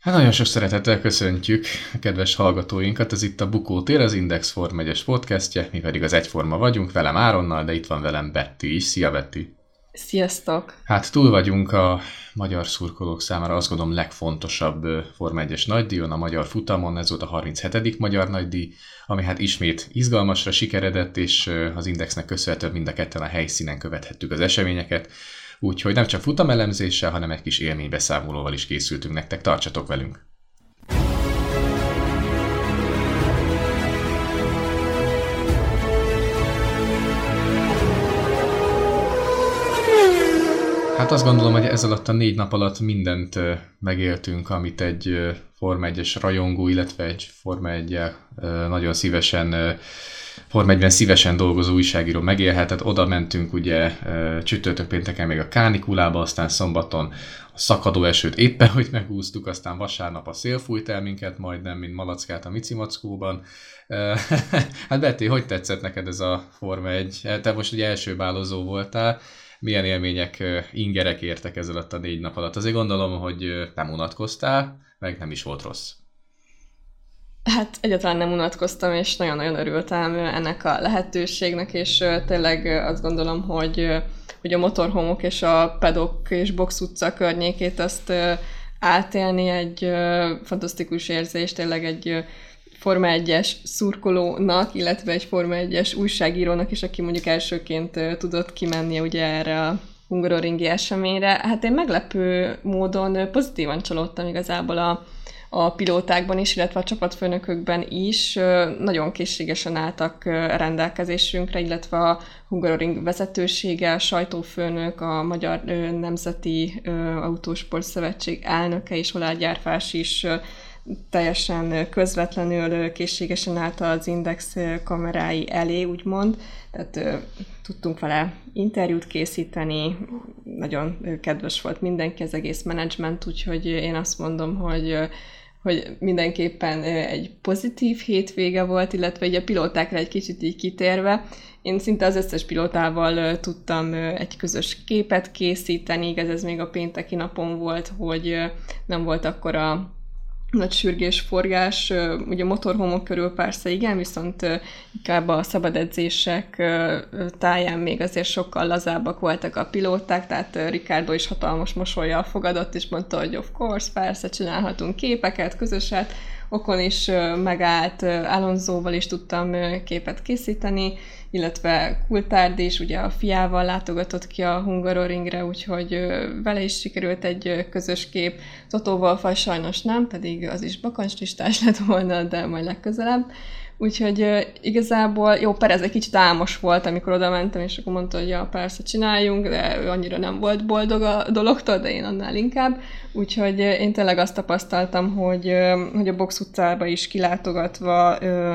Hát nagyon sok szeretettel köszöntjük a kedves hallgatóinkat, ez itt a Bukótér, az Index Form 1-es podcastje, mi pedig az Egyforma vagyunk, velem Áronnal, de itt van velem Betty is. Szia Betty! Sziasztok! Hát túl vagyunk a magyar szurkolók számára azt gondolom legfontosabb Forma 1-es nagydíjon, a magyar futamon, ez volt a 37. magyar nagydíj, ami hát ismét izgalmasra sikeredett, és az Indexnek köszönhetően mind a ketten a helyszínen követhettük az eseményeket. Úgyhogy nem csak futamelemzéssel, hanem egy kis élménybeszámolóval is készültünk nektek, tartsatok velünk! Hát azt gondolom, hogy ez alatt a 4 nap alatt mindent megéltünk, amit egy Forma 1-es rajongó, illetve egy Forma 1-jel nagyon szívesen Forma 1-ben szívesen dolgozó újságíró megélhetett. Oda mentünk ugye csütörtök pénteken még a kánikulába, aztán szombaton a szakadó esőt éppen, hogy megúsztuk, aztán vasárnap a szél fújt el minket, majdnem, mint malackát a Micimackóban. Hát Betty, hogy tetszett neked ez a Forma 1? Te most ugye első bálozó voltál. Milyen élmények, ingerek értek ez alatt a 4 nap alatt? Azért gondolom, hogy nem unatkoztál, meg nem is volt rossz. Hát egyáltalán nem unatkoztam, és nagyon-nagyon örültem ennek a lehetőségnek, és tényleg azt gondolom, hogy a motorhomok és a pedok és box utca környékét azt átélni egy fantasztikus érzés, tényleg egy Forma 1-es szurkolónak, illetve egy Forma 1-es újságírónak is, aki mondjuk elsőként tudott kimenni ugye erre a hungaroringi eseményre. Hát én meglepő módon pozitívan csalódtam igazából a pilótákban is, illetve a csapatfőnökökben is. Nagyon készségesen álltak rendelkezésünkre, illetve a Hungaroring vezetősége, a sajtófőnök, a Magyar Nemzeti Autósport Szövetség elnöke és Oláh Gyárfás is teljesen közvetlenül készségesen állt az Index kamerái elé, úgymond. Tehát tudtunk vele interjút készíteni, nagyon kedves volt mindenki, az egész menedzsment, úgyhogy én azt mondom, hogy mindenképpen egy pozitív hétvége volt, illetve így a pilótákra egy kicsit így kitérve. Én szinte az összes pilótával tudtam egy közös képet készíteni, igaz ez még a pénteki napon volt, hogy nem volt akkor a nagy sürgés-forgás, ugye motorhomok körül persze igen, viszont inkább a szabad edzések táján még azért sokkal lazábbak voltak a pilóták, tehát Ricciardo is hatalmas mosollyal fogadott, és mondta, hogy of course, persze csinálhatunk képeket, közöset, Ocon is megállt, Alonsóval is tudtam képet készíteni, illetve Coulthard is, ugye a fiával látogatott ki a Hungaroringre, úgyhogy vele is sikerült egy közös kép. Toto Wolffal sajnos nem, pedig az is bakancslistás lett volna, de majd legközelebb. Úgyhogy igazából, jó, Perez egy kicsit álmos volt, amikor oda mentem, és akkor mondta, hogy ja, persze csináljunk, de ő annyira nem volt boldog a dologtól, de én annál inkább. Úgyhogy én tényleg azt tapasztaltam, hogy a box utcába is kilátogatva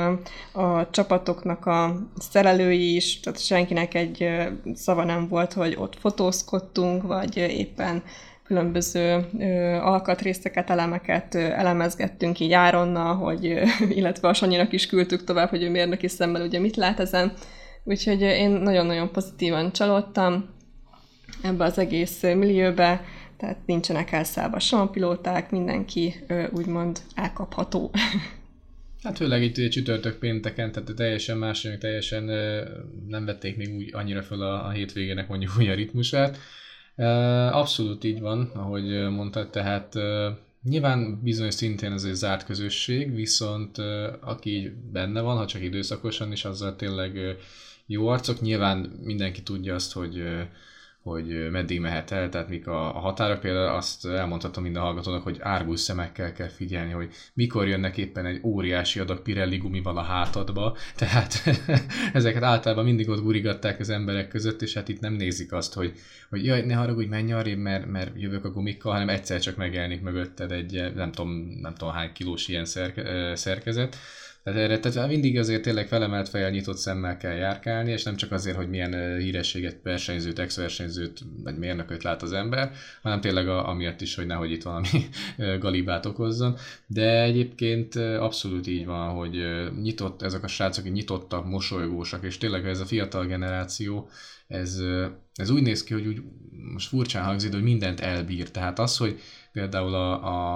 a csapatoknak a szerelői is, tehát senkinek egy szava nem volt, hogy ott fotózkodtunk, vagy éppen különböző alkatrészeket, elemeket elemezgettünk így Áronnal, illetve a Sanyinak is küldtük tovább, hogy ő mérnöki szemmel ugye mit lát ezen. Úgyhogy én nagyon-nagyon pozitívan csalódtam ebbe az egész millióbe, tehát nincsenek elszállva sem a pilóták, mindenki úgymond elkapható. Hát főleg itt csütörtök pénteken, tehát teljesen mások, teljesen nem vették még úgy annyira föl a hétvégének mondjuk úgy a ritmusát. Abszolút így van, ahogy mondtad, tehát nyilván bizonyos szintén ez egy zárt közösség, viszont aki benne van, ha csak időszakosan is, azzal tényleg jó arcok. Nyilván mindenki tudja azt, hogy meddig mehet el, tehát mik a határok. Például azt elmondhatom minden hallgatónak, hogy árgus szemekkel kell figyelni, hogy mikor jönnek éppen egy óriási adag Pirelli gumival a hátadba, tehát ezeket általában mindig ott gurigatták az emberek között, és hát itt nem nézik azt, hogy jaj, ne haragudj, menj arrébb, mert jövök a gumikkal, hanem egyszer csak megjelenik mögötted egy nem tudom hány kilós ilyen szerkezet. Tehát mindig azért tényleg felemelt fejjel, nyitott szemmel kell járkálni, és nem csak azért, hogy milyen hírességet, versenyzőt, ex-versenyzőt, vagy mérnököt lát az ember, hanem tényleg amiatt is, hogy nehogy itt valami galibát okozzon. De egyébként abszolút így van, hogy nyitott, ezek a srácok nyitottak, mosolygósak, és tényleg ez a fiatal generáció, ez úgy néz ki, hogy úgy most furcsán hangzik, hogy mindent elbír. Tehát az, hogy például a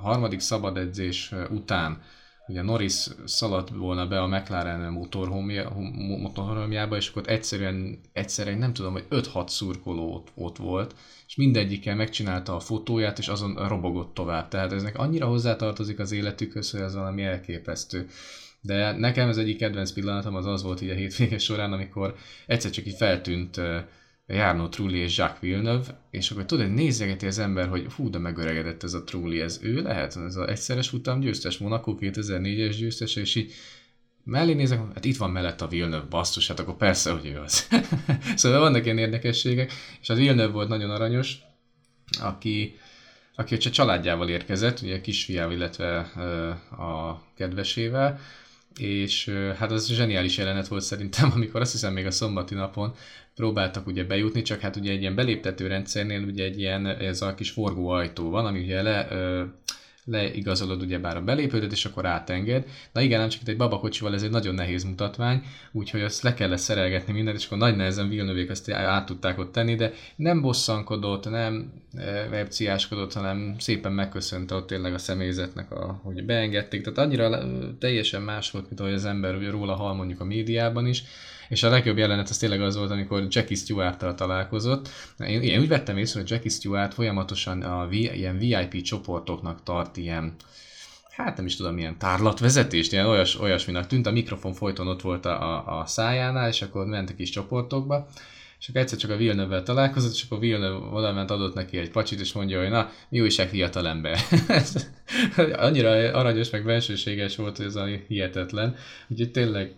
harmadik szabad edzés után ugye Norris szaladt volna be a McLaren motorhomjába, és akkor egyszerűen nem tudom, hogy 5-6 szurkoló ott volt, és mindegyikkel megcsinálta a fotóját, és azon robogott tovább. Tehát eznek annyira hozzátartozik az életükhöz, hogy ez valami elképesztő. De nekem ez egyik kedvenc pillanatom az volt így a hétvége során, amikor egyszer csak így feltűnt Jarno Trulli és Jacques Villeneuve, és akkor tudod, nézegeti az ember, hogy hú, de megöregedett ez a Trulli, ez ő lehet? Ez az egyszeres futam győztes, Monaco 2004-es győztes, és így mellé nézek, hát itt van mellett a Villeneuve, basszus, hát akkor persze, hogy ő az. Szóval vannak ilyen érdekességek, és az Villeneuve volt nagyon aranyos, aki a családjával érkezett, ugye a kisfiával, illetve a kedvesével, és hát az zseniális jelenet volt szerintem, amikor azt hiszem még a szombati napon próbáltak ugye bejutni, csak hát ugye egy ilyen beléptető rendszernél ugye egy ilyen, ez a kis forgóajtó van, ami ugye leigazolod ugyebár a belépődet, és akkor átenged. Na igen, nem csak itt egy babakocsival, ez egy nagyon nehéz mutatvány, úgyhogy azt le kellett szerelgetni mindent, és akkor nagy nehezen Villeneuve-ék azt át tudták ott tenni, de nem bosszankodott, nem webciáskodott, hanem szépen megköszönte ott tényleg a személyzetnek, hogy beengedték. Tehát annyira teljesen más volt, mint ahogy az ember ugye róla hall mondjuk a médiában is. És a legjobb jelenet az tényleg az volt, amikor Jackie Stewart-tal találkozott. Én úgy vettem észre, hogy Jackie Stewart folyamatosan ilyen VIP csoportoknak tart ilyen, hát nem is tudom, ilyen tárlatvezetést, ilyen olyasminak tűnt, a mikrofon folyton ott volt a szájánál, és akkor mentek is csoportokba, és akkor egyszer csak a Villeneuve-vel találkozott, és akkor Villeneuve odament, adott neki egy pacsit, és mondja, hogy na, mi újság, fiatalember. Annyira aranyos, meg bensőséges volt, hogy ez hihetetlen. Úgyhogy tényleg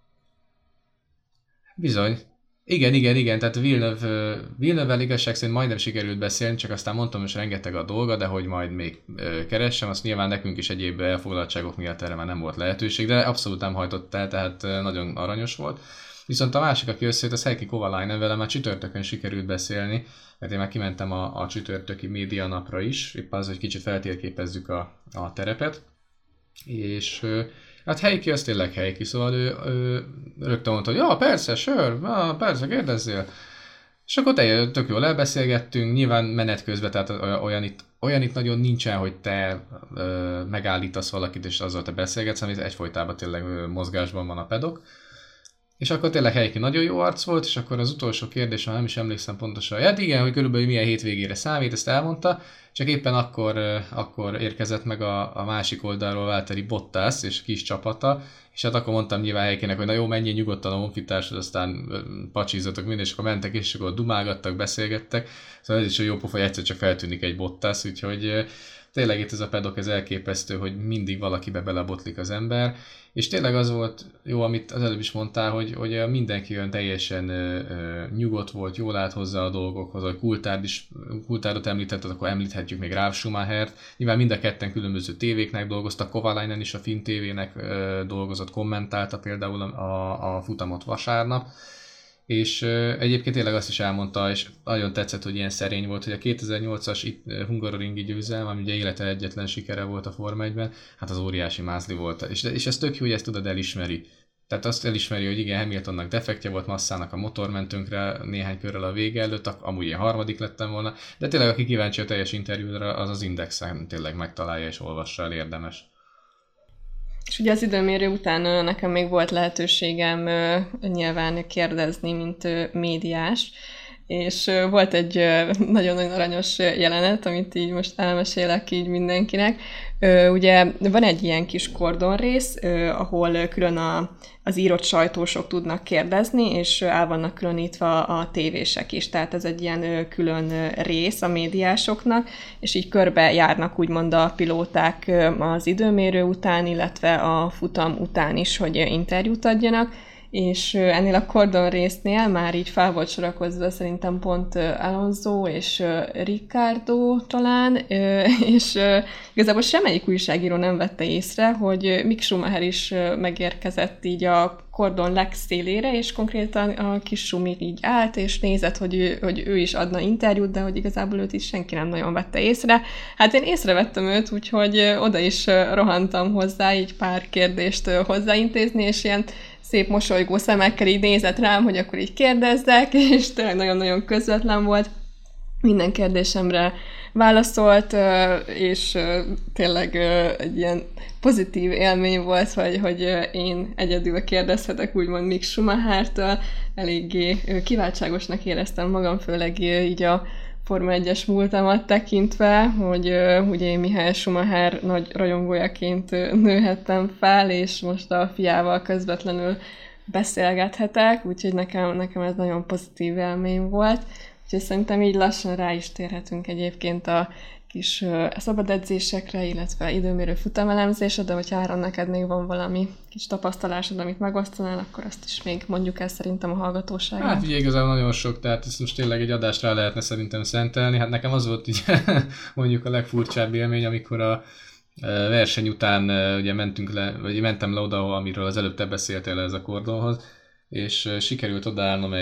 bizony. Igen, tehát Villeneuve-vel igazság szerint majdnem sikerült beszélni, csak aztán mondtam, hogy rengeteg a dolga, de hogy majd még keressem, azt nyilván nekünk is egyéb elfoglaltságok miatt erre már nem volt lehetőség, de abszolút nem hajtott el, tehát nagyon aranyos volt. Viszont a másik, aki összejött, az Heikki Kovalainen, vele már csütörtökön sikerült beszélni, mert én már kimentem a csütörtöki média napra is, épp az, hogy kicsit feltérképezzük a terepet, és hát Heikki, az tényleg Heikki, szóval ő rögtön mondta, hogy ja, persze, persze, kérdezzél. És akkor tök jól elbeszélgettünk, nyilván menet közben, tehát olyan itt nagyon nincsen, hogy te megállítasz valakit, és azzal te beszélgetsz, hanem egyfolytában tényleg mozgásban van a pedok. És akkor tényleg Heikki nagyon jó arc volt, és akkor az utolsó kérdés, nem is emlékszem pontosan, hát igen, hogy körülbelül milyen hétvégére számít, ezt elmondta, csak éppen akkor érkezett meg a másik oldalról Valtteri Bottas és kis csapata, és hát akkor mondtam nyilván Heikinek, hogy na jó, menjél nyugodtan a honfitársad, aztán pacsízzatok minden, és akkor mentek, és akkor dumálgattak, beszélgettek, szóval ez is jó pofa, hogy egyszer csak feltűnik egy Bottas, úgyhogy tényleg itt ez a pedok, ez elképesztő, hogy mindig valakibe belebotlik az ember, és tényleg az volt jó, amit az előbb is mondtál, hogy mindenki olyan teljesen nyugodt volt, jól állt hozzá a dolgokhoz, hogy Coulthardot említetted, akkor említhetjük még Ralf Schumachert, nyilván mind a ketten különböző tévéknek dolgoztak, Kovalainen is a Finn tévének dolgozott, kommentálta például a futamot vasárnap, és egyébként tényleg azt is elmondta, és nagyon tetszett, hogy ilyen szerény volt, hogy a 2008-as hungaroringi győzelem, ami ugye élete egyetlen sikere volt a Forma 1-ben, hát az óriási mázli volt. És ez tök jó, hogy ezt tudod, elismeri. Tehát azt elismeri, hogy igen, Hamiltonnak defektje volt, Massának a motor ment tönkre néhány körrel a vége előtt, amúgy én harmadik lettem volna, de tényleg aki kíváncsi a teljes interjúra, az Indexen tényleg megtalálja és olvassa el, érdemes. És ugye az időmérő után nekem még volt lehetőségem nyilván kérdezni, mint médiás, és volt egy nagyon-nagyon aranyos jelenet, amit így most elmesélek így mindenkinek. Ugye van egy ilyen kis kordonrész, ahol külön az írott sajtósok tudnak kérdezni, és el vannak különítve a tévések is. Tehát ez egy ilyen külön rész a médiásoknak, és így körbe járnak úgymond a pilóták az időmérő után, illetve a futam után is, hogy interjút adjanak. És ennél a kordon résznél már így fel volt sorakozva szerintem pont Alonso és Ricciardo talán, és igazából semmelyik újságíró nem vette észre, hogy Mick Schumacher is megérkezett így a kordon legszélére, és konkrétan a kis Schumi így állt, és nézett, hogy ő is adna interjút, de hogy igazából őt is senki nem nagyon vette észre. Hát én észrevettem őt, úgyhogy oda is rohantam hozzá, így pár kérdést hozzáintézni, és ilyen szép mosolygó szemekkel így nézett rám, hogy akkor így kérdezzek, és tényleg nagyon-nagyon közvetlen volt. minden kérdésemre válaszolt, és tényleg egy ilyen pozitív élmény volt, hogy én egyedül kérdezhetek úgymond Mick Schumachertől. Eléggé kiváltságosnak éreztem magam, főleg így a Forma 1-es múltamat tekintve, hogy ugye én Michael Schumacher nagy rajongójaként nőhettem fel, és most a fiával közvetlenül beszélgethetek, úgyhogy nekem ez nagyon pozitív élmény volt. Úgyhogy szerintem így lassan rá is térhetünk egyébként a kis szabad edzésekre, illetve időmérő futamelemzésre, de hogyha Áron, neked még van valami kis tapasztalásod, amit megosztanál, akkor azt is még mondjuk el szerintem a hallgatóságnak. Hát ugye igazából nagyon sok, tehát ezt most tényleg egy adást rá lehetne szerintem szentelni. Hát nekem az volt így mondjuk a legfurcsább élmény, amikor a verseny után ugye mentem le oda, amiről az előbb te beszéltél, ez a kordonhoz, és sikerült odaállnom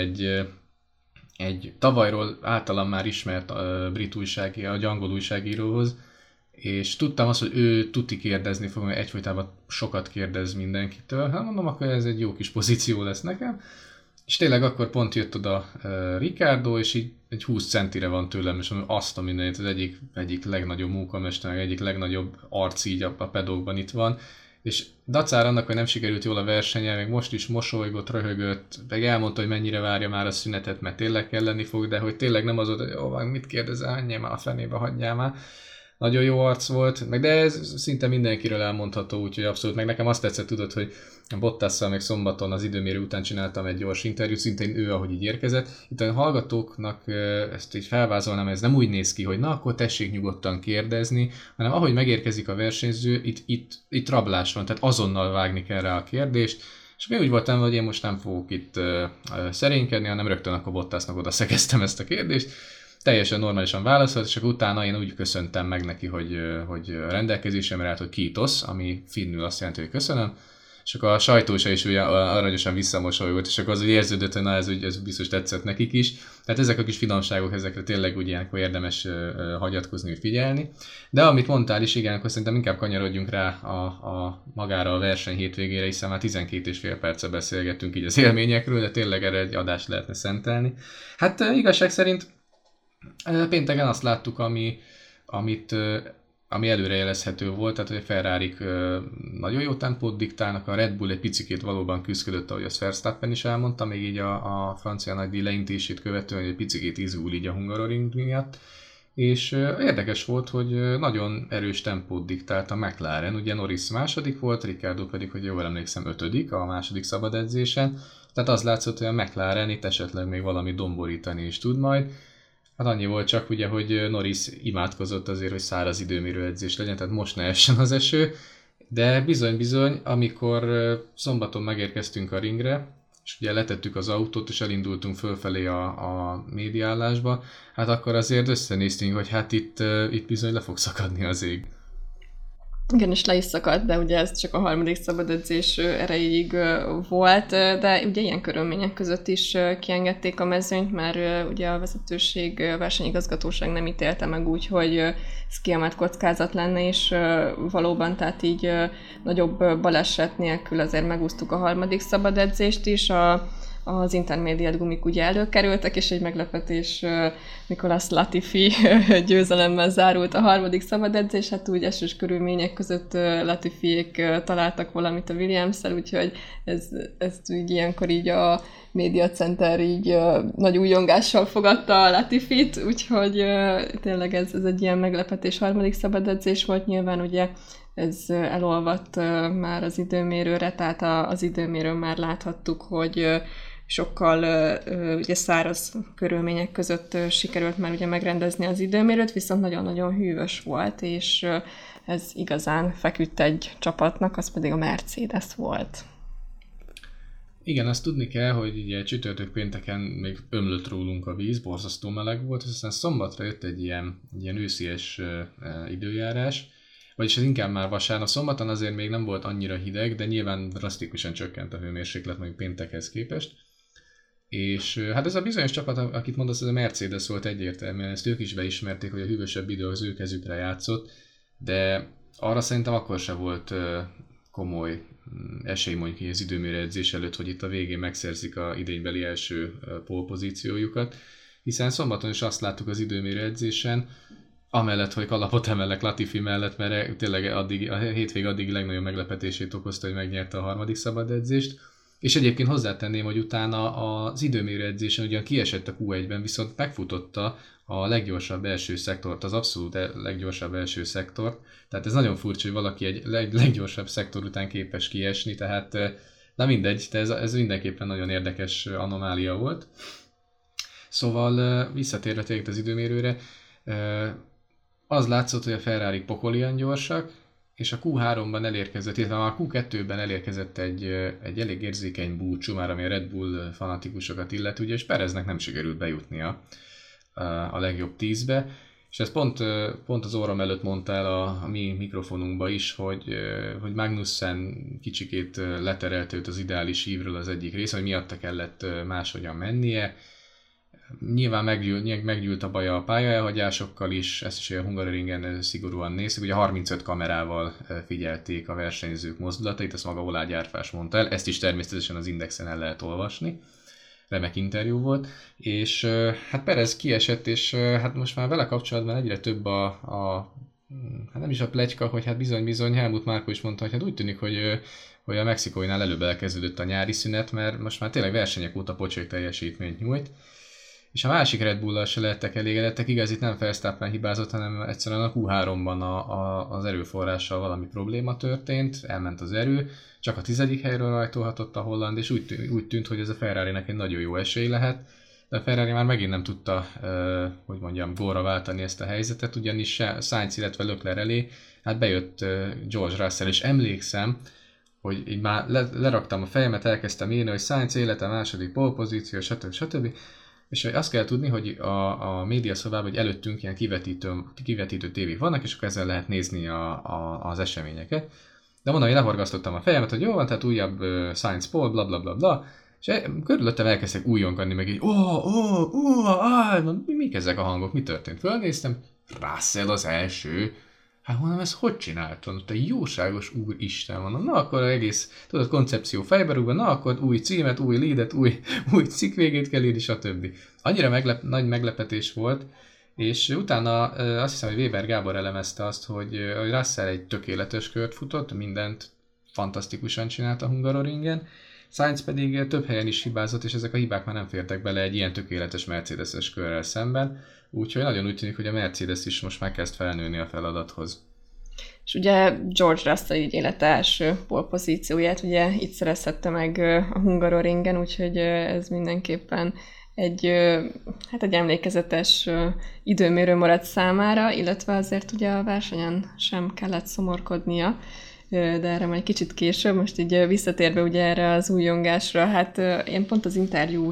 egy tavalyról általam már ismert brit újságíró, egy angol újságíróhoz, és tudtam azt, hogy ő tuti kérdezni fog, mert egyfolytában sokat kérdez mindenkitől. Hát mondom, akkor ez egy jó kis pozíció lesz nekem. És tényleg akkor pont jött oda Ricardo, és így egy 20 centire van tőlem, és mondom, azt a mindenit, az egyik legnagyobb munkamester, egyik legnagyobb arc így a pedokban itt van. És dacára annak, hogy nem sikerült jól a versenye, még most is mosolygott, röhögött, meg elmondta, hogy mennyire várja már a szünetet, mert tényleg kelleni fog, de hogy tényleg nem az volt, hogy jó, mit kérdezel, hagyjál már a fenébe, hagyjál már. Nagyon jó arc volt, meg de ez szinte mindenkiről elmondható, úgyhogy abszolút, meg nekem azt tetszett, tudod, hogy Bottasszal még szombaton az időmérő után csináltam egy gyors interjút, szintén ő, ahogy így érkezett. Itt a hallgatóknak ezt így felvázolnám, ez nem úgy néz ki, hogy na, akkor tessék nyugodtan kérdezni, hanem ahogy megérkezik a versenyző, itt rablás van, tehát azonnal vágni kell rá a kérdést, és mi úgy voltam, hogy én most nem fogok itt szerénykedni, hanem rögtön akkor Bottasnak oda szegeztem ezt a kérdést, teljesen normálisan válaszolt, és akkor utána én úgy köszöntem meg neki, hogy rendelkezésemre állt, hogy kítosz, ami finnül azt jelenti, hogy köszönöm, és akkor a sajtósa is ugye aranyosan visszamosolygott, és akkor az úgy érződött, hogy na ez biztos tetszett nekik is. Tehát ezek a kis finomságok, ezekre tényleg úgy ilyenkor érdemes hagyatkozni, hogy figyelni. De amit mondtál is, igen, akkor szerintem inkább kanyarodjunk rá a magára a verseny hétvégére, hiszen már 12,5 perce beszélgettünk így az élményekről, de tényleg erre egy adást lehetne szentelni. Hát igazság szerint pénteken azt láttuk, ami előrejelezhető volt, tehát hogy a Ferrarik nagyon jó tempót diktálnak, a Red Bull egy picikét valóban küzdött, ahogy azt Verstappen is elmondta, még így a francia nagydíj leintését követően, hogy egy picikét izgul így a Hungaroring miatt. És érdekes volt, hogy nagyon erős tempót diktált a McLaren, ugye Norris második volt, Ricciardo pedig, hogy jól emlékszem, 5. a második szabad edzésen, tehát az látszott, hogy a McLaren itt esetleg még valami domborítani is tud majd. Hát annyi volt csak ugye, hogy Norris imádkozott azért, hogy száraz időmérő edzés legyen, tehát most ne essen az eső, de bizony, amikor szombaton megérkeztünk a ringre, és ugye letettük az autót, és elindultunk fölfelé a médiállásba, hát akkor azért összenéztünk, hogy hát itt bizony le fog szakadni az ég. Igen, és le is szakadt, de ugye ez csak a harmadik szabad edzés erejéig volt, de ugye ilyen körülmények között is kiengedték a mezőnyt, mert ugye a vezetőség, versenyigazgatóság nem ítélte meg úgy, hogy ez kiemelt kockázat lenne, és valóban, tehát így nagyobb baleset nélkül azért megúsztuk a harmadik szabad edzést is, az intermediate gumik ugye előkerültek, és egy meglepetés Nicolas Latifi győzelemmel zárult a harmadik szabad edzés, hát úgy esős körülmények között Latifiék találtak valamit a Williams-szel, úgyhogy ez így ilyenkor így a Media Center így nagy újongással fogadta a Latifit, úgyhogy tényleg ez egy ilyen meglepetés harmadik szabad edzés volt, nyilván ugye ez elolvadt már az időmérőre, tehát az időmérőn már láthattuk, hogy sokkal ugye száraz körülmények között sikerült már ugye megrendezni az időmérőt, viszont nagyon-nagyon hűvös volt, és ez igazán feküdt egy csapatnak, az pedig a Mercedes volt. Igen, azt tudni kell, hogy ugye csütörtök pénteken még ömlött rólunk a víz, borzasztó meleg volt, és aztán szombatra jött egy ilyen őszies időjárás, vagyis ez inkább már vasárnap. Szombaton azért még nem volt annyira hideg, de nyilván drasztikusan csökkent a hőmérséklet még péntekhez képest. És hát ez a bizonyos csapat, akit mondasz, ez a Mercedes volt egyértelműen, ezt ők is beismerték, hogy a hűvösebb idő az ő kezükre játszott, de arra szerintem akkor se volt komoly esély mondjuk az időmérő edzés előtt, hogy itt a végén megszerzik a idénybeli első pole pozíciójukat. hiszen szombaton is azt láttuk az időmérő edzésen, amellett, hogy kalapot emelek Latifi mellett, mert tényleg a hétvég addig legnagyobb meglepetését okozta, hogy megnyerte a harmadik szabad edzést. És egyébként hozzátenném, hogy utána az időmérő edzésen ugyan kiesett a Q1-ben, viszont megfutotta a leggyorsabb első szektort, az abszolút leggyorsabb első szektort. Tehát ez nagyon furcsa, hogy valaki egy leggyorsabb szektor után képes kiesni, tehát na mindegy, de ez mindenképpen nagyon érdekes anomália volt. Szóval visszatérve tényleg az időmérőre, az látszott, hogy a Ferrari pokolian gyorsak, és a Q3-ban elérkezett, illetve a Q2-ben elérkezett egy elég érzékeny búcsú, már ami a Red Bull fanatikusokat illeti, ugye, és Pereznek nem sikerült bejutnia a legjobb 10-be, és ez pont az orrom előtt mondta el a mi mikrofonunkba is, hogy Magnussen kicsikét leterelte őt az ideális ívről az egyik rész, hogy miatta kellett máshogyan mennie. Nyilván meggyűlt a baj a pályaelhagyásokkal is, ezt is a Hungaroringen szigorúan néztük, ugye 35 kamerával figyelték a versenyzők mozdulatait, ezt maga Olágy Árpás mondta el, ezt is természetesen az Indexen el lehet olvasni, remek interjú volt, és hát Perez kiesett, és hát most már vele kapcsolatban egyre több hát nem is a pletyka, hogy hát bizony Helmut Marko is mondta, hogy hát úgy tűnik, hogy a mexikóinál előbb elkezdődött a nyári szünet, mert most már tényleg versenyek óta pocsék teljesítményt nyújt. És a másik Red Bull-lal se lettek elégedettek, igaz, itt nem Verstappen hibázott, hanem egyszerűen a Q3-ban az erőforrással valami probléma történt, elment az erő, csak a 10. helyről rajtolhatott a holland, és úgy tűnt, hogy ez a Ferrari-nek egy nagyon jó esély lehet, de a Ferrari már megint nem tudta, gólra váltani ezt a helyzetet, ugyanis Sainz, illetve Leclerc elé, hát bejött George Russell, és emlékszem, hogy így már leraktam a fejemet, elkezdtem írni, hogy Sainz élete, második pole pozíció, stb. És azt kell tudni, hogy a média szobában, hogy előttünk ilyen kivetítő tévék vannak, és akkor ezzel lehet nézni az eseményeket. De mondom, hogy lehorgasztottam a fejemet, hogy jó van, tehát újabb Science Poll, bla bla bla bla, és körülöttem elkezdtek újongani, meg így, mik ezek a hangok, mi történt? Fölnéztem, Russell az első. Hát mondom, ezt hogy csináltam? Te jóságos úristen, mondom, na akkor az egész, tudod, koncepció fejbe rúgva, na akkor új címet, új leadet, új cikk végét kell írni, stb. Annyira nagy meglepetés volt, és utána azt hiszem, hogy Weber Gábor elemezte azt, hogy Russell egy tökéletes kört futott, mindent fantasztikusan csinált a Hungaroringen, Sainz pedig több helyen is hibázott, és ezek a hibák már nem fértek bele egy ilyen tökéletes Mercedes-es körrel szemben, úgyhogy nagyon úgy tűnik, hogy a Mercedes is most már kezd felnőni a feladathoz. És ugye George Russell így élete első pole pozícióját ugye itt szerezhette meg a Hungaroringen, úgyhogy ez mindenképpen egy emlékezetes időmérő maradt számára, illetve azért ugye a versenyen sem kellett szomorkodnia, de erre majd kicsit később, most így visszatérve ugye erre az újongásra, hát én pont az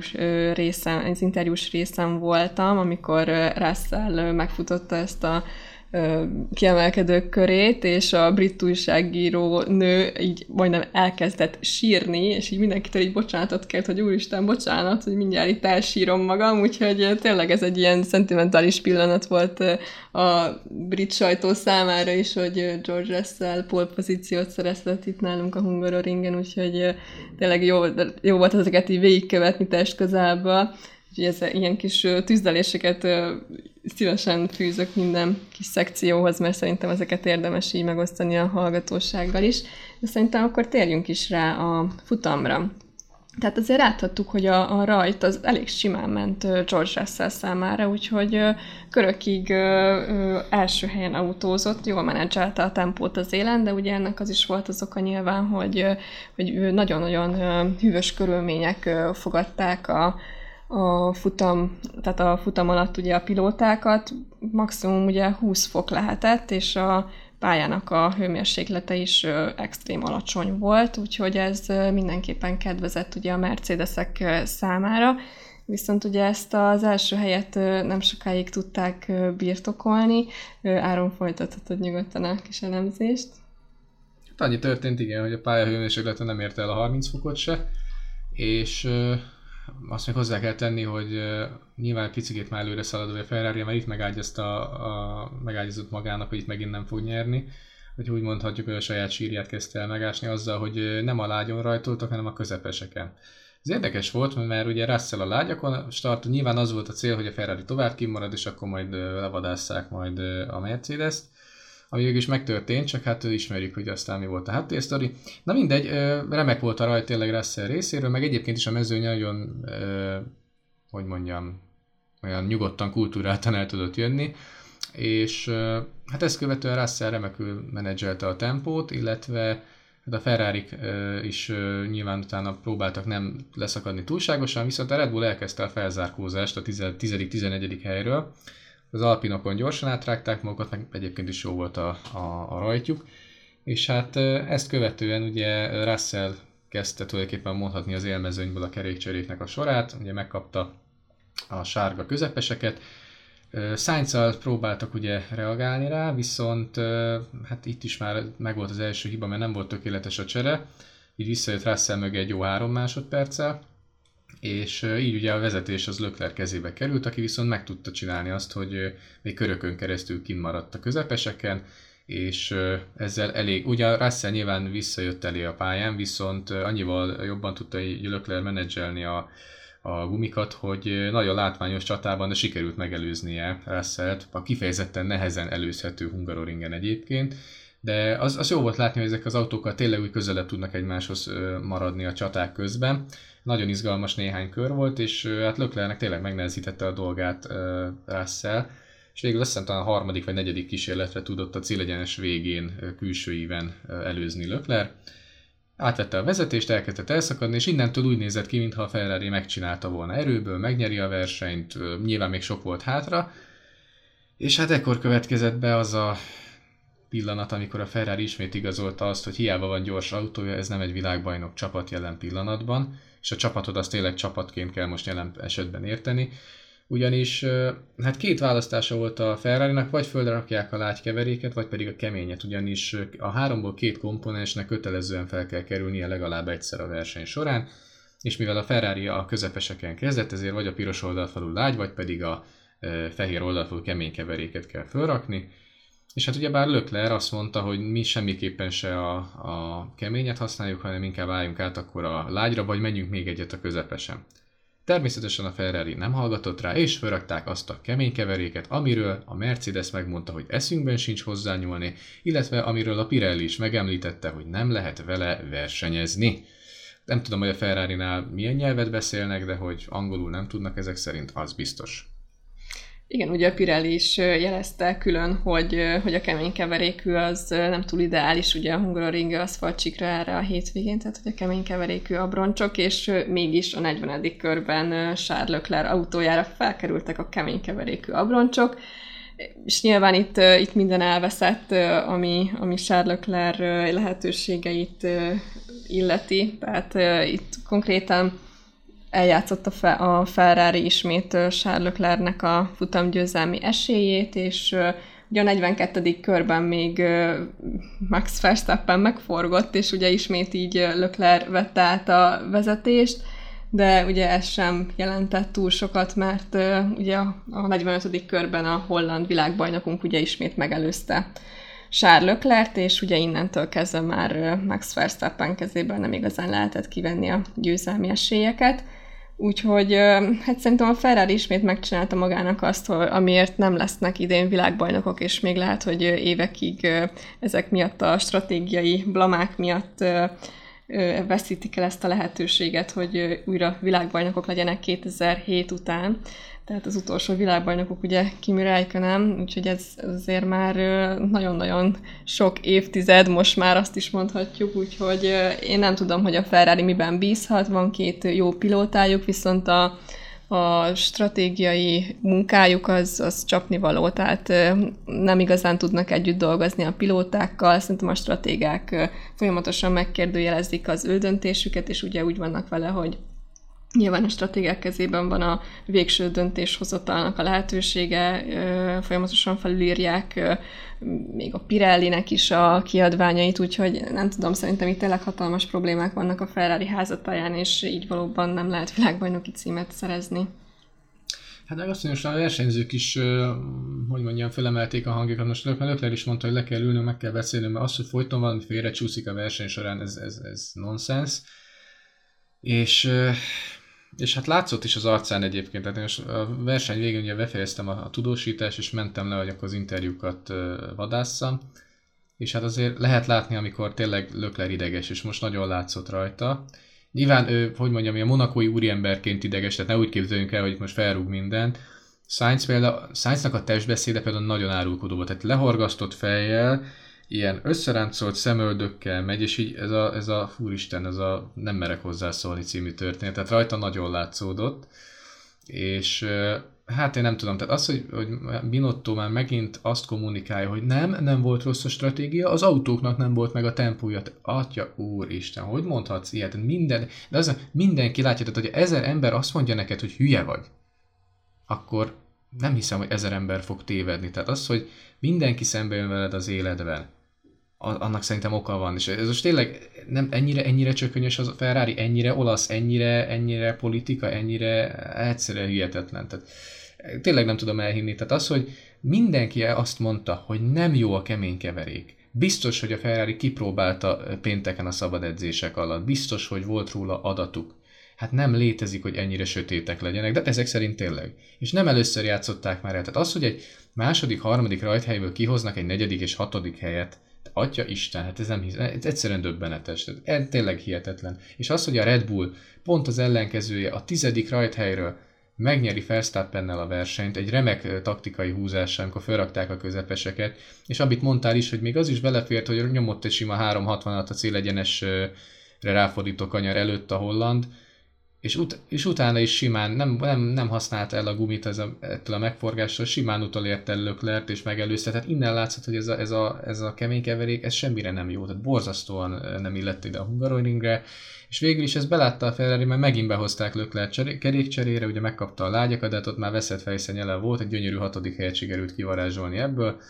interjús részem voltam, amikor Russell megfutotta ezt a kiemelkedők körét, és a brit újságíró nő így majdnem elkezdett sírni, és így mindenkitől így bocsánatot kért, hogy úristen, bocsánat, hogy mindjárt itt elsírom magam, úgyhogy tényleg ez egy ilyen szentimentális pillanat volt a brit sajtó számára is, hogy George Russell pole pozíciót szerezett itt nálunk a Hungaroringen, úgyhogy tényleg jó volt ezeket így végigkövetni test közelből. Úgyhogy ilyen kis tűzdeléseket szívesen fűzök minden kis szekcióhoz, mert szerintem ezeket érdemes így megosztani a hallgatósággal is. De szerintem akkor térjünk is rá a futamra. Tehát azért láthattuk, hogy a rajt az elég simán ment George Russell számára, úgyhogy körökig első helyen autózott, jól menedzselte a tempót az élen, de ugye ennek az is volt az oka nyilván, hogy nagyon-nagyon hűvös körülmények fogadták a futam alatt ugye a pilótákat, maximum ugye 20 fok lehetett, és a pályának a hőmérséklete is extrém alacsony volt, úgyhogy ez mindenképpen kedvezett ugye a Mercedesek számára, viszont ugye ezt az első helyet nem sokáig tudták birtokolni. Áron, folytathatod nyugodtan a kis elemzést. Hát annyi történt, igen, hogy a pálya hőmérséklete nem érte el a 30 fokot se, és azt még hozzá kell tenni, hogy nyilván picikét már előre szalad, hogy a Ferrari már itt megágyazott magának, hogy itt megint nem fog nyerni. Hogy úgy mondhatjuk, hogy a saját sírját kezdte el megásni azzal, hogy nem a lágyon rajtoltak, hanem a közepeseken. Ez érdekes volt, mert ugye Russell a lágyakon start, nyilván az volt a cél, hogy a Ferrari tovább kimarad, és akkor majd levadásszák majd a Mercedes-t, ami végül is megtörtént, csak hát ismerjük, hogy aztán mi volt a háttérsztori. Na mindegy, remek volt a rajt tényleg Russell részéről, meg egyébként is a mezőny nagyon, hogy mondjam, olyan nyugodtan, kultúráltan el tudott jönni, és hát ezt követően Russell remekül menedzselte a tempót, illetve a Ferrarik is nyilván utána próbáltak nem leszakadni túlságosan, viszont a Red Bull elkezdte a felzárkózást a 10.-11. helyről. Az alpinokon gyorsan átrágták magukat, meg egyébként is jó volt a rajtjuk. És hát ezt követően ugye Russell kezdte tulajdonképpen mondhatni az élmezőnyből a kerékcseréknek a sorát, ugye megkapta a sárga közepeseket. Sainz-al próbáltak ugye reagálni rá, viszont hát itt is már megvolt az első hiba, mert nem volt tökéletes a csere, így visszajött Russell mögé egy jó 3 másodperccel, és így ugye a vezetés az Leclerc kezébe került, aki viszont meg tudta csinálni azt, hogy még körökön keresztül kint maradt a közepeseken, és ezzel elég, ugye Russell nyilván visszajött elé a pályán, viszont annyival jobban tudta Leclerc menedzselni a gumikat, hogy nagyon látványos csatában, de sikerült megelőznie Russellt, a kifejezetten nehezen előzhető Hungaroringen egyébként, de az jó volt látni, hogy ezek az autókkal tényleg úgy közelebb tudnak egymáshoz maradni a csaták közben. Nagyon izgalmas néhány kör volt, és hát Leclercnek tényleg megnehezítette a dolgát Russell, és végül azt hiszem talán a 3. vagy 4. kísérletre tudott a célegyenes végén külső íven előzni Leclerc. Átvette a vezetést, elkezdett elszakadni, és innentől úgy nézett ki, mintha a Ferrari megcsinálta volna erőből, megnyeri a versenyt, nyilván még sok volt hátra, és hát ekkor következett be az a pillanat, amikor a Ferrari ismét igazolta azt, hogy hiába van gyors autója, ez nem egy világbajnok csapat jelen pillanatban, és a csapatod azt tényleg csapatként kell most jelen esetben érteni, ugyanis hát 2 választása volt a Ferrarinak, vagy földre rakják a lágykeveréket, vagy pedig a keményet, ugyanis a 3-ból 2 komponensnek kötelezően fel kell kerülnie legalább egyszer a verseny során, és mivel a Ferrari a közepeseken kezdett, ezért vagy a piros oldalfalú lágy, vagy pedig a fehér oldalfalú kemény keveréket kell fölrakni. És hát ugyebár Leclerc azt mondta, hogy mi semmiképpen se a keményet használjuk, hanem inkább álljunk át akkor a lágyra, vagy menjünk még egyet a közepesen. Természetesen a Ferrari nem hallgatott rá, és felrakták azt a kemény keveréket, amiről a Mercedes megmondta, hogy eszünkben sincs hozzányúlni, illetve amiről a Pirelli is megemlítette, hogy nem lehet vele versenyezni. Nem tudom, hogy a Ferrarinál milyen nyelvet beszélnek, de hogy angolul nem tudnak ezek szerint, az biztos. Igen, ugye a Pirelli is jelezte külön, hogy a kemény keverékű az nem túl ideális, ugye a Hungaroring aszfaltcsíkra erre a hétvégén, tehát hogy a kemény keverékű abroncsok, és mégis a 40. körben Charles Leclerc autójára felkerültek a kemény keverékű abroncsok, és nyilván itt minden elveszett, ami Charles Leclerc lehetőségeit illeti, tehát itt konkrétan eljátszott a Ferrari ismét Charles Leclercnek a futamgyőzelmi esélyét, és ugye a 42. körben még Max Verstappen megforgott, és ugye ismét így Leclerc vette át a vezetést, de ugye ez sem jelentett túl sokat, mert ugye a 45. körben a holland világbajnokunk ugye ismét megelőzte Charles Leclerc, és ugye innentől kezdve már Max Verstappen kezéből nem igazán lehetett kivenni a győzelmi esélyeket. Úgyhogy hát szerintem a Ferrari ismét megcsinálta magának azt, hogy amiért nem lesznek idén világbajnokok, és még lehet, hogy évekig ezek miatt a stratégiai blamák miatt veszítik el ezt a lehetőséget, hogy újra világbajnokok legyenek 2007 után. Tehát az utolsó világbajnokok ugye Kimi Räikkönen, úgyhogy ez azért már nagyon-nagyon sok évtized, most már azt is mondhatjuk, úgyhogy én nem tudom, hogy a Ferrari miben bízhat, van 2 jó pilótájuk, viszont a stratégiai munkájuk az csapnivaló, tehát nem igazán tudnak együtt dolgozni a pilótákkal, szerintem a stratégák folyamatosan megkérdőjelezik az ő döntésüket, és ugye úgy vannak vele, hogy nyilván a stratégák kezében van a végső döntéshozatalnak a lehetősége, folyamatosan felülírják még a Pirellinek is a kiadványait, úgyhogy nem tudom, szerintem itt tényleg hatalmas problémák vannak a Ferrari házatáján, és így valóban nem lehet világbajnoki címet szerezni. Hát meg azt mondja, a versenyzők is, hogy mondjam, fölemelték a hangjukat. Most Leclerc is mondta, hogy le kell ülnünk, meg kell beszélnünk, mert az, hogy folyton valami félrecsúszik a verseny során, ez nonsens. És, és hát látszott is az arcán egyébként, tehát én most a verseny végén ugye befejeztem a tudósítást, és mentem le, hogy akkor az interjúkat vadásszam, és hát azért lehet látni, amikor tényleg Leclerc ideges, és most nagyon látszott rajta. Nyilván ő, hogy mondjam, a monakói úriemberként ideges, tehát ne úgy képzeljünk el, hogy itt most felrúg mindent. Sainznak a testbeszéde például nagyon árulkodó volt, tehát lehorgasztott fejjel, ilyen összeráncolt szemöldökkel megy, és így úristen, ez a nem merek hozzászólni című történet, tehát rajta nagyon látszódott, és hát én nem tudom, tehát az, hogy Binotto már megint azt kommunikálja, hogy nem volt rossz a stratégia, az autóknak nem volt meg a tempója. Atya úristen, hogy mondhatsz ilyet? De mindenki látja, tehát hogy 1000 ember azt mondja neked, hogy hülye vagy, akkor nem hiszem, hogy 1000 ember fog tévedni. Tehát az, hogy mindenki szembe jön veled az életben, annak szerintem oka van. És ez most tényleg nem ennyire csökönyös az a Ferrari, ennyire olasz, ennyire politika, ennyire egyszerűen hihetetlen. Tehát tényleg nem tudom elhinni. Tehát az, hogy mindenki azt mondta, hogy nem jó a kemény keverék. Biztos, hogy a Ferrari kipróbálta pénteken a szabad edzések alatt. Biztos, hogy volt róla adatuk. Hát nem létezik, hogy ennyire sötétek legyenek, de ezek szerint tényleg. És nem először játszották már el. Tehát az, hogy egy második, harmadik rajthelyből kihoznak egy negyedik és hatodik helyet, atya Isten, hát ez nem hiszem, ez egyszerűen döbbenetes, ez tényleg hihetetlen. És az, hogy a Red Bull pont az ellenkezője a 10. rajthelyről megnyeri Verstappennel a versenyt, egy remek taktikai húzással, amikor felrakták a közepeseket, és amit mondtál is, hogy még az is belefért, hogy nyomott egy sima 360-at a célegyenesre ráfordító kanyar előtt a holland, és utána is simán nem használta el a gumit ettől a megforgással, simán utolért el Leclerc és megelőzte. Tehát innen látszott, hogy ez a kemény keverék, ez semmire nem jó. Tehát borzasztóan nem illett ide a Hungaroringre. És végül is ezt belátta a Ferrari, mert megint behozták Leclerc kerékcserére, ugye megkapta a lágyakat, de hát ott már veszett fejszennyele volt, egy gyönyörű 6. helyet sikerült kivarázsolni ebből.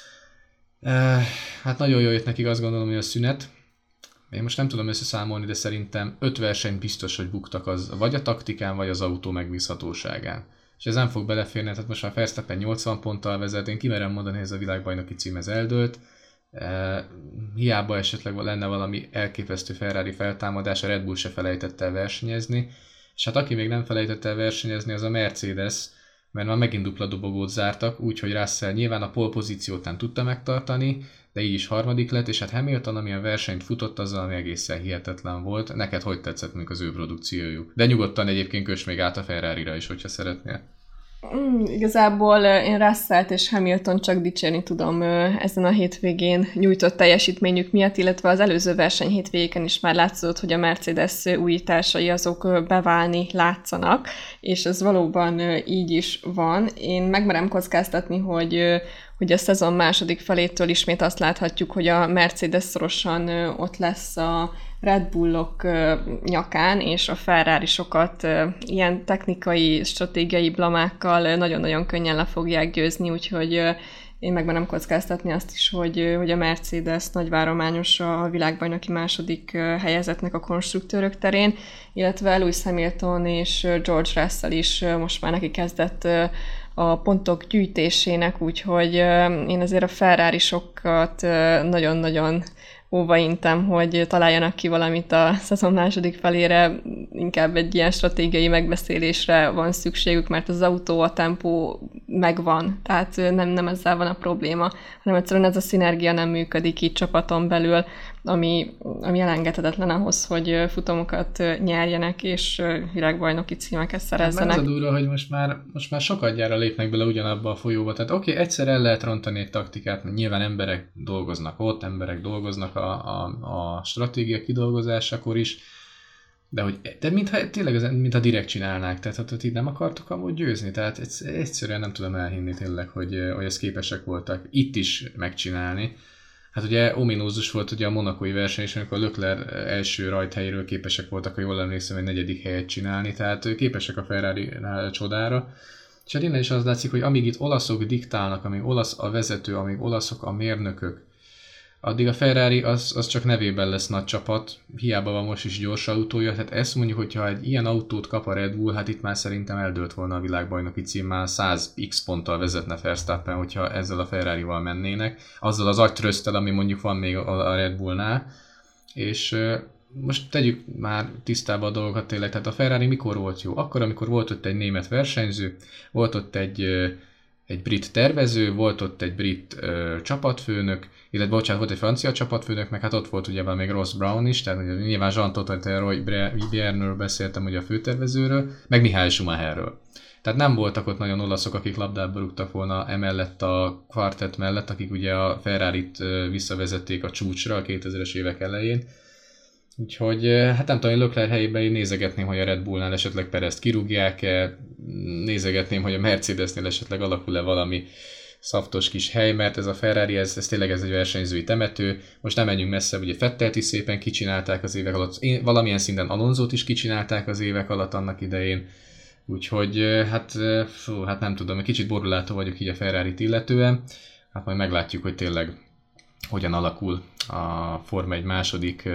Hát nagyon jól jött nekik, azt gondolom, hogy a szünet. Én most nem tudom összeszámolni, de szerintem 5 versenyt biztos, hogy buktak az, vagy a taktikán, vagy az autó megbízhatóságán. És ez nem fog beleférni, tehát most már Verstappen 80 ponttal vezet, én kimerem mondani, hogy ez a világbajnoki cím ez eldőlt. Hiába esetleg lenne valami elképesztő Ferrari feltámadás, a Red Bull se felejtette el versenyezni. És hát aki még nem felejtette el versenyezni, az a Mercedes, mert már megint dupla dobogót zártak, úgyhogy Russell nyilván a pole pozíciót nem tudta megtartani, de így is harmadik lett, és hát Hamilton, amilyen versenyt futott, azzal, ami egészen hihetetlen volt. Neked hogy tetszett még az ő produkciójuk? De nyugodtan egyébként kös még át a Ferrarira is, hogyha szeretnél. Igazából én Russellt és Hamilton csak dicsérni tudom ezen a hétvégén nyújtott teljesítményük miatt, illetve az előző verseny hétvégéken is már látszott, hogy a Mercedes újításai azok beválni látszanak, és ez valóban így is van. Én megmerem kockáztatni, hogy a szezon második felétől ismét azt láthatjuk, hogy a Mercedes szorosan ott lesz a Red Bullok nyakán, és a Ferrari sokat ilyen technikai, stratégiai blamákkal nagyon-nagyon könnyen le fogják győzni, úgyhogy én megmerem kockáztatni azt is, hogy a Mercedes nagyvárományos a világbajnoki második helyezetnek a konstruktőrök terén, illetve Lewis Hamilton és George Russell is most már neki kezdett a pontok gyűjtésének, úgyhogy én azért a Ferrari-sokat nagyon-nagyon óvaintem, hogy találjanak ki valamit a szezon második felére, inkább egy ilyen stratégiai megbeszélésre van szükségük, mert az autó, a tempó megvan, tehát nem ezzel van a probléma, hanem egyszerűen ez a szinergia nem működik így csapaton belül, ami elengedhetetlen ahhoz, hogy futamokat nyerjenek, és világbajnoki címeket szerezzenek. Hát az a durva, hogy most már sokadjára lépnek bele ugyanabba a folyóba. Tehát oké, egyszer el lehet rontani egy taktikát, mert nyilván emberek dolgoznak ott, emberek dolgoznak a stratégia kidolgozásakor is, de mintha tényleg mintha direkt csinálnák, tehát hogy így nem akartok amúgy győzni, tehát egyszerűen nem tudom elhinni tényleg, hogy ezt képesek voltak itt is megcsinálni. Hát ugye ominózus volt ugye a monakói verseny is, amikor Leclerc első rajthelyéről képesek voltak, ha jól emlékszem, egy 4. helyet csinálni, tehát képesek a Ferrari-nál csodára. És hát innen is az látszik, hogy amíg itt olaszok diktálnak, amíg olasz a vezető, amíg olaszok a mérnökök, addig a Ferrari az csak nevében lesz nagy csapat, hiába van most is gyors autója, tehát ezt mondjuk, hogyha egy ilyen autót kap a Red Bull, hát itt már szerintem eldőlt volna a világbajnoki cím, már 100x ponttal vezetne Verstappen, hogyha ezzel a Ferrarival mennének, azzal az agytrözttel, ami mondjuk van még a Red Bullnál, és most tegyük már tisztába a dolgokat tényleg, tehát a Ferrari mikor volt jó? Akkor, amikor volt ott egy német versenyző, volt ott egy brit tervező, volt ott egy brit csapatfőnök, illetve bocsánat, volt egy francia csapatfőnök, meg hát ott volt ugye még Ross Brown is, tehát ugye, nyilván Jean Todt, Roy Biernerről beszéltem ugye a főtervezőről, meg Michael Schumacherről. Tehát nem voltak ott nagyon olaszok, akik labdába rúgtak volna emellett a kvartett mellett, akik ugye a Ferrarit visszavezették a csúcsra a 2000-es évek elején. Úgyhogy hát nem tudom, Leclerc helyében én nézegetném, hogy a Red Bullnál esetleg Perezt kirúgják-e, nézegetném, hogy a Mercedesnél esetleg alakul-e valami szaftos kis hely, mert ez a Ferrari, ez tényleg ez egy versenyzői temető. Most nem menjünk messze, ugye Vettelt is szépen kicsinálták az évek alatt, valamilyen szinten Alonsót is kicsinálták az évek alatt annak idején. Úgyhogy hát nem tudom, egy kicsit borulátó vagyok így a Ferrarit illetően. Hát majd meglátjuk, hogy tényleg hogyan alakul a Forma 1 második,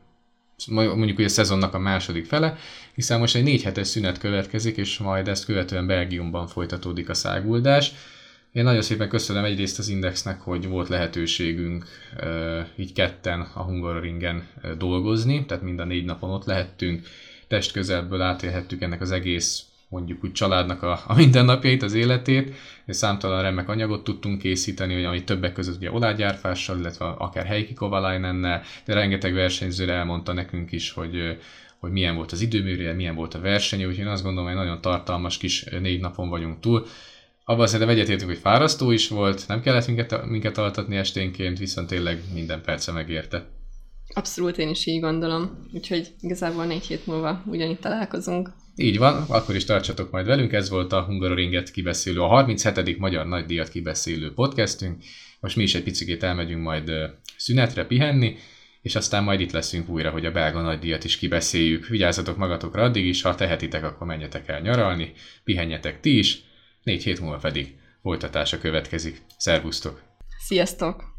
mondjuk ugye a szezonnak a második fele, hiszen most egy 4 hetes szünet következik, és majd ezt követően Belgiumban folytatódik a száguldás. Én nagyon szépen köszönöm egyrészt az Indexnek, hogy volt lehetőségünk így ketten a Hungaroringen dolgozni, tehát mind a 4 napon ott lehettünk, testközelből átélhettük ennek az egész, mondjuk úgy családnak a mindennapjait, az életét, és számtalan remek anyagot tudtunk készíteni, amit többek között ugye Olágy Árpással, illetve akár Heikki Kovalainennel, de rengeteg versenyzőre elmondta nekünk is, hogy milyen volt az időmérője, milyen volt a verseny, úgyhogy én azt gondolom, hogy nagyon tartalmas kis 4 napon vagyunk túl. Abban szerintem egyetértünk, hogy fárasztó is volt, nem kellett minket altatni esténként, viszont tényleg minden perce megérte. Abszolút, én is így gondolom, úgyhogy igazából 4 hét múlva ugyanitt találkozunk. Így van, akkor is tartsatok majd velünk, ez volt a Hungaroringet kibeszélő, a 37. Magyar Nagydíjat kibeszélő podcastünk. Most mi is egy picikét elmegyünk majd szünetre pihenni, és aztán majd itt leszünk újra, hogy a belga nagydíjat is kibeszéljük. Vigyázzatok magatokra addig is, ha tehetitek, akkor menjetek el nyaralni, pihenjetek ti is, 4 hét múlva pedig folytatása következik. Szervusztok! Sziasztok!